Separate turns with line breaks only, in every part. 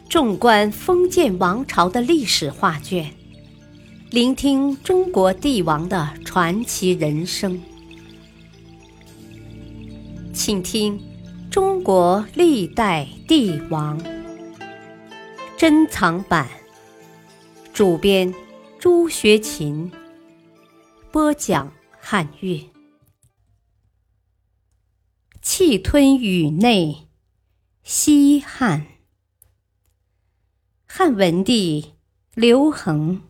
纵观封建王朝的历史画卷，聆听中国帝王的传奇人生。请听《中国历代帝王》珍藏版，主编朱学勤，播讲汉乐。气吞宇内，西汉。汉文帝刘恒。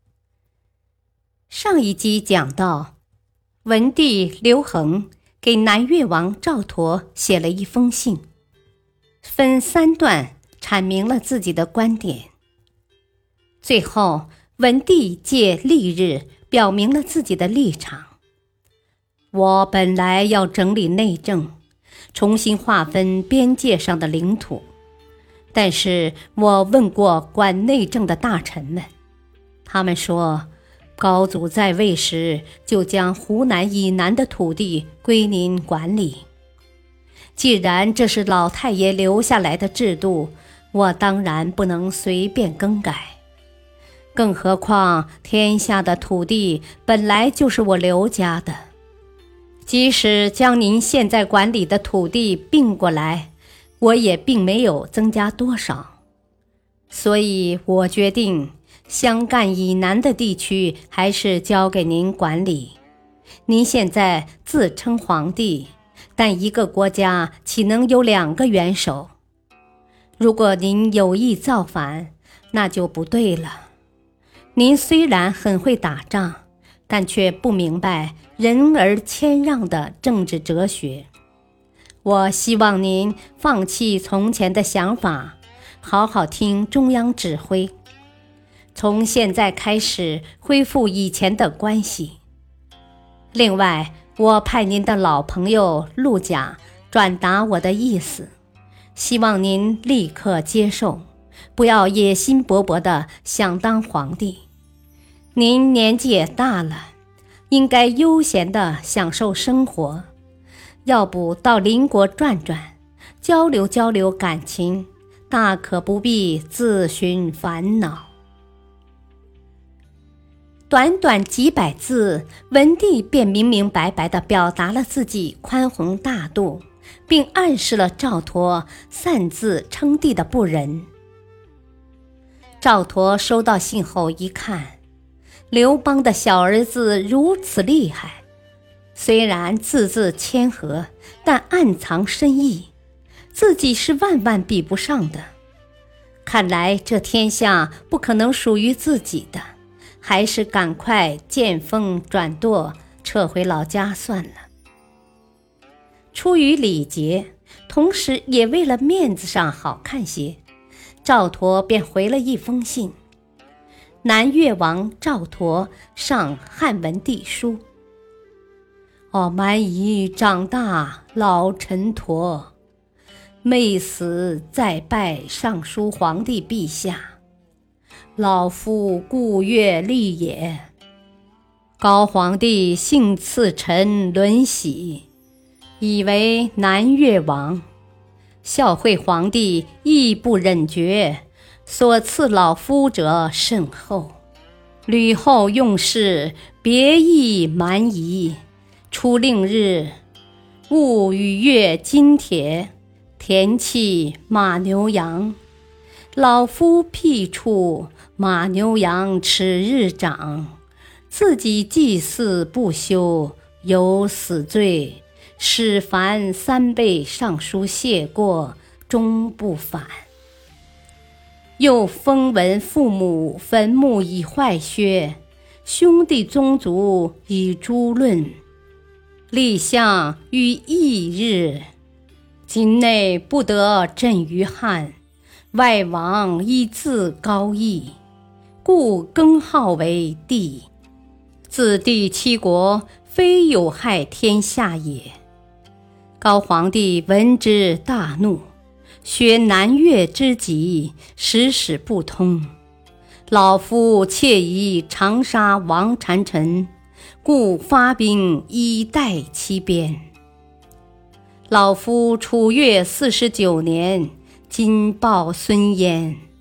上一集讲到，文帝刘恒给南越王赵佗写了一封信，分3段阐明了自己的观点。最后，文帝借历日表明了自己的立场。我本来要整理内政，重新划分边界上的领土，但是我问过管内政的大臣们，他们说高祖在位时就将湖南以南的土地归您管理。既然这是老太爷留下来的制度，我当然不能随便更改。更何况天下的土地本来就是我刘家的，即使将您现在管理的土地并过来，我也并没有增加多少。所以我决定湘赣以南的地区还是交给您管理。您现在自称皇帝，但一个国家岂能有2个元首？如果您有意造反，那就不对了。您虽然很会打仗，但却不明白人而谦让的政治哲学。我希望您放弃从前的想法，好好听中央指挥。从现在开始恢复以前的关系。另外，我派您的老朋友陆贾转达我的意思，希望您立刻接受，不要野心勃勃地想当皇帝。您年纪也大了，应该悠闲地享受生活，要不到邻国转转，交流交流感情，大可不必自寻烦恼。短短几百字，文帝便明明白白地表达了自己宽宏大度，并暗示了赵佗擅自称帝的不仁。赵佗收到信后一看，刘邦的小儿子如此厉害，虽然字字谦和，但暗藏深意，自己是万万比不上的。看来这天下不可能属于自己的，还是赶快见风转舵，撤回老家算了。出于礼节，同时也为了面子上好看些，赵佗便回了一封信：南越王赵佗上汉文帝书。蛮夷长大老臣佗，妹死再拜尚书皇帝陛下，老夫故阅历也。高皇帝幸赐臣伦喜，以为南越王，孝惠皇帝亦不忍绝，所赐老夫者甚厚。吕后用事，别意蛮夷。初令日，戊与月金铁，田契马牛羊。老夫辟处，马牛羊齿日长。自己祭祀不修，有死罪。使凡3倍上书谢过，终不返。又封闻父母坟墓以坏削，兄弟宗族以诛论。立相于翌日，今内不得镇于汉，外王以自高义，故更号为帝。自第7国，非有害天下也。高皇帝闻之大怒，削南越之己，使不通。老夫切以长沙王禅臣，故发兵以待其边。老夫楚越49年，今报孙焉，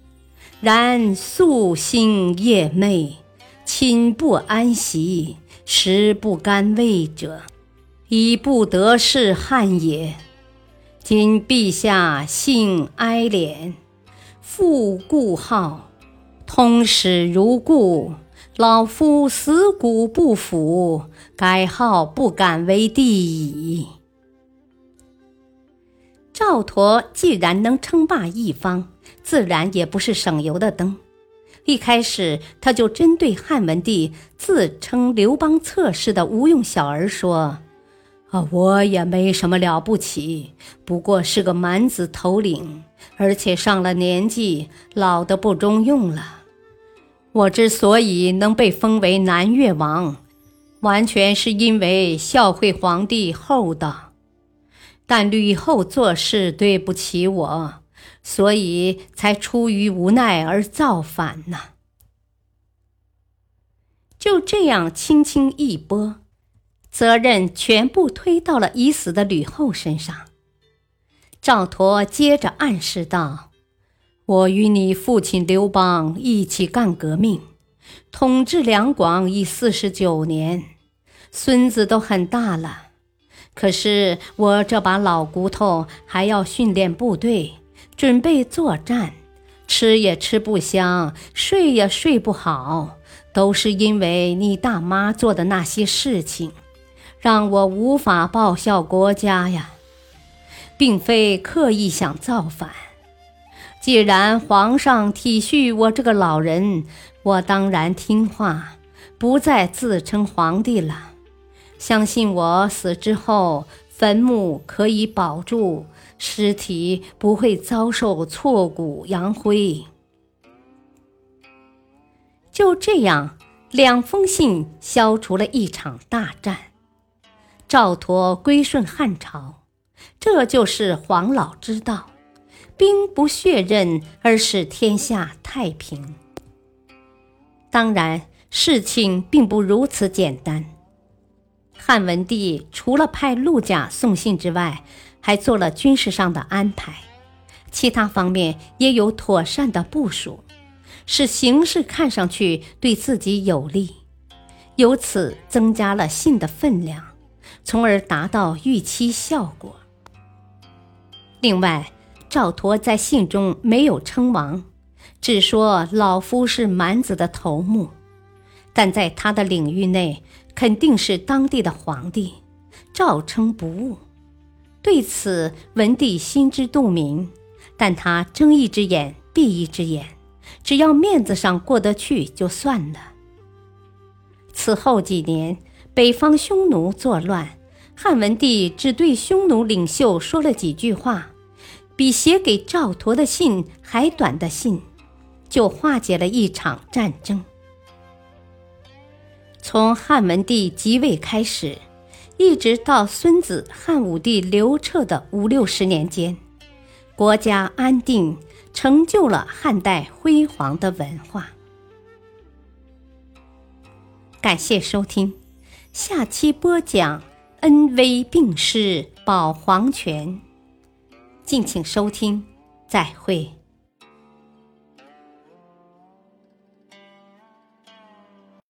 然夙兴夜寐，寝不安息，食不甘味者，已不得是汉也。今陛下幸哀怜，复故号，通史如故，老夫死骨不腐，改号不敢为帝矣。赵佗既然能称霸一方，自然也不是省油的灯。一开始他就针对汉文帝自称刘邦侧室的无用小儿说，我也没什么了不起，不过是个蛮子头领，而且上了年纪，老得不中用了。我之所以能被封为南越王，完全是因为孝惠皇帝厚道，但吕后做事对不起我，所以才出于无奈而造反呢。就这样轻轻一拨，责任全部推到了已死的吕后身上。赵佗接着暗示道，我与你父亲刘邦一起干革命，统治两广已49年，孙子都很大了，可是我这把老骨头还要训练部队，准备作战，吃也吃不香，睡也睡不好，都是因为你大妈做的那些事情，让我无法报效国家呀，并非刻意想造反。既然皇上体恤我这个老人，我当然听话，不再自称皇帝了。相信我死之后，坟墓可以保住，尸体不会遭受挫骨扬灰。就这样，2封信消除了一场大战，赵佗归顺汉朝，这就是黄老之道，兵不血刃而使天下太平。当然，事情并不如此简单。汉文帝除了派陆贾送信之外，还做了军事上的安排，其他方面也有妥善的部署，使形势看上去对自己有利，由此增加了信的分量，从而达到预期效果。另外，赵佗在信中没有称王，只说老夫是蛮子的头目，但在他的领域内肯定是当地的皇帝，照称不误。对此文帝心知肚明，但他睁一只眼闭一只眼，只要面子上过得去就算了。此后几年，北方匈奴作乱，汉文帝只对匈奴领袖说了几句话，比写给赵佗的信还短的信，就化解了一场战争。从汉文帝即位开始，一直到孙子汉武帝刘彻的50-60年间，国家安定，成就了汉代辉煌的文化。感谢收听，下期播讲恩威并施保皇权，敬请收听，再会。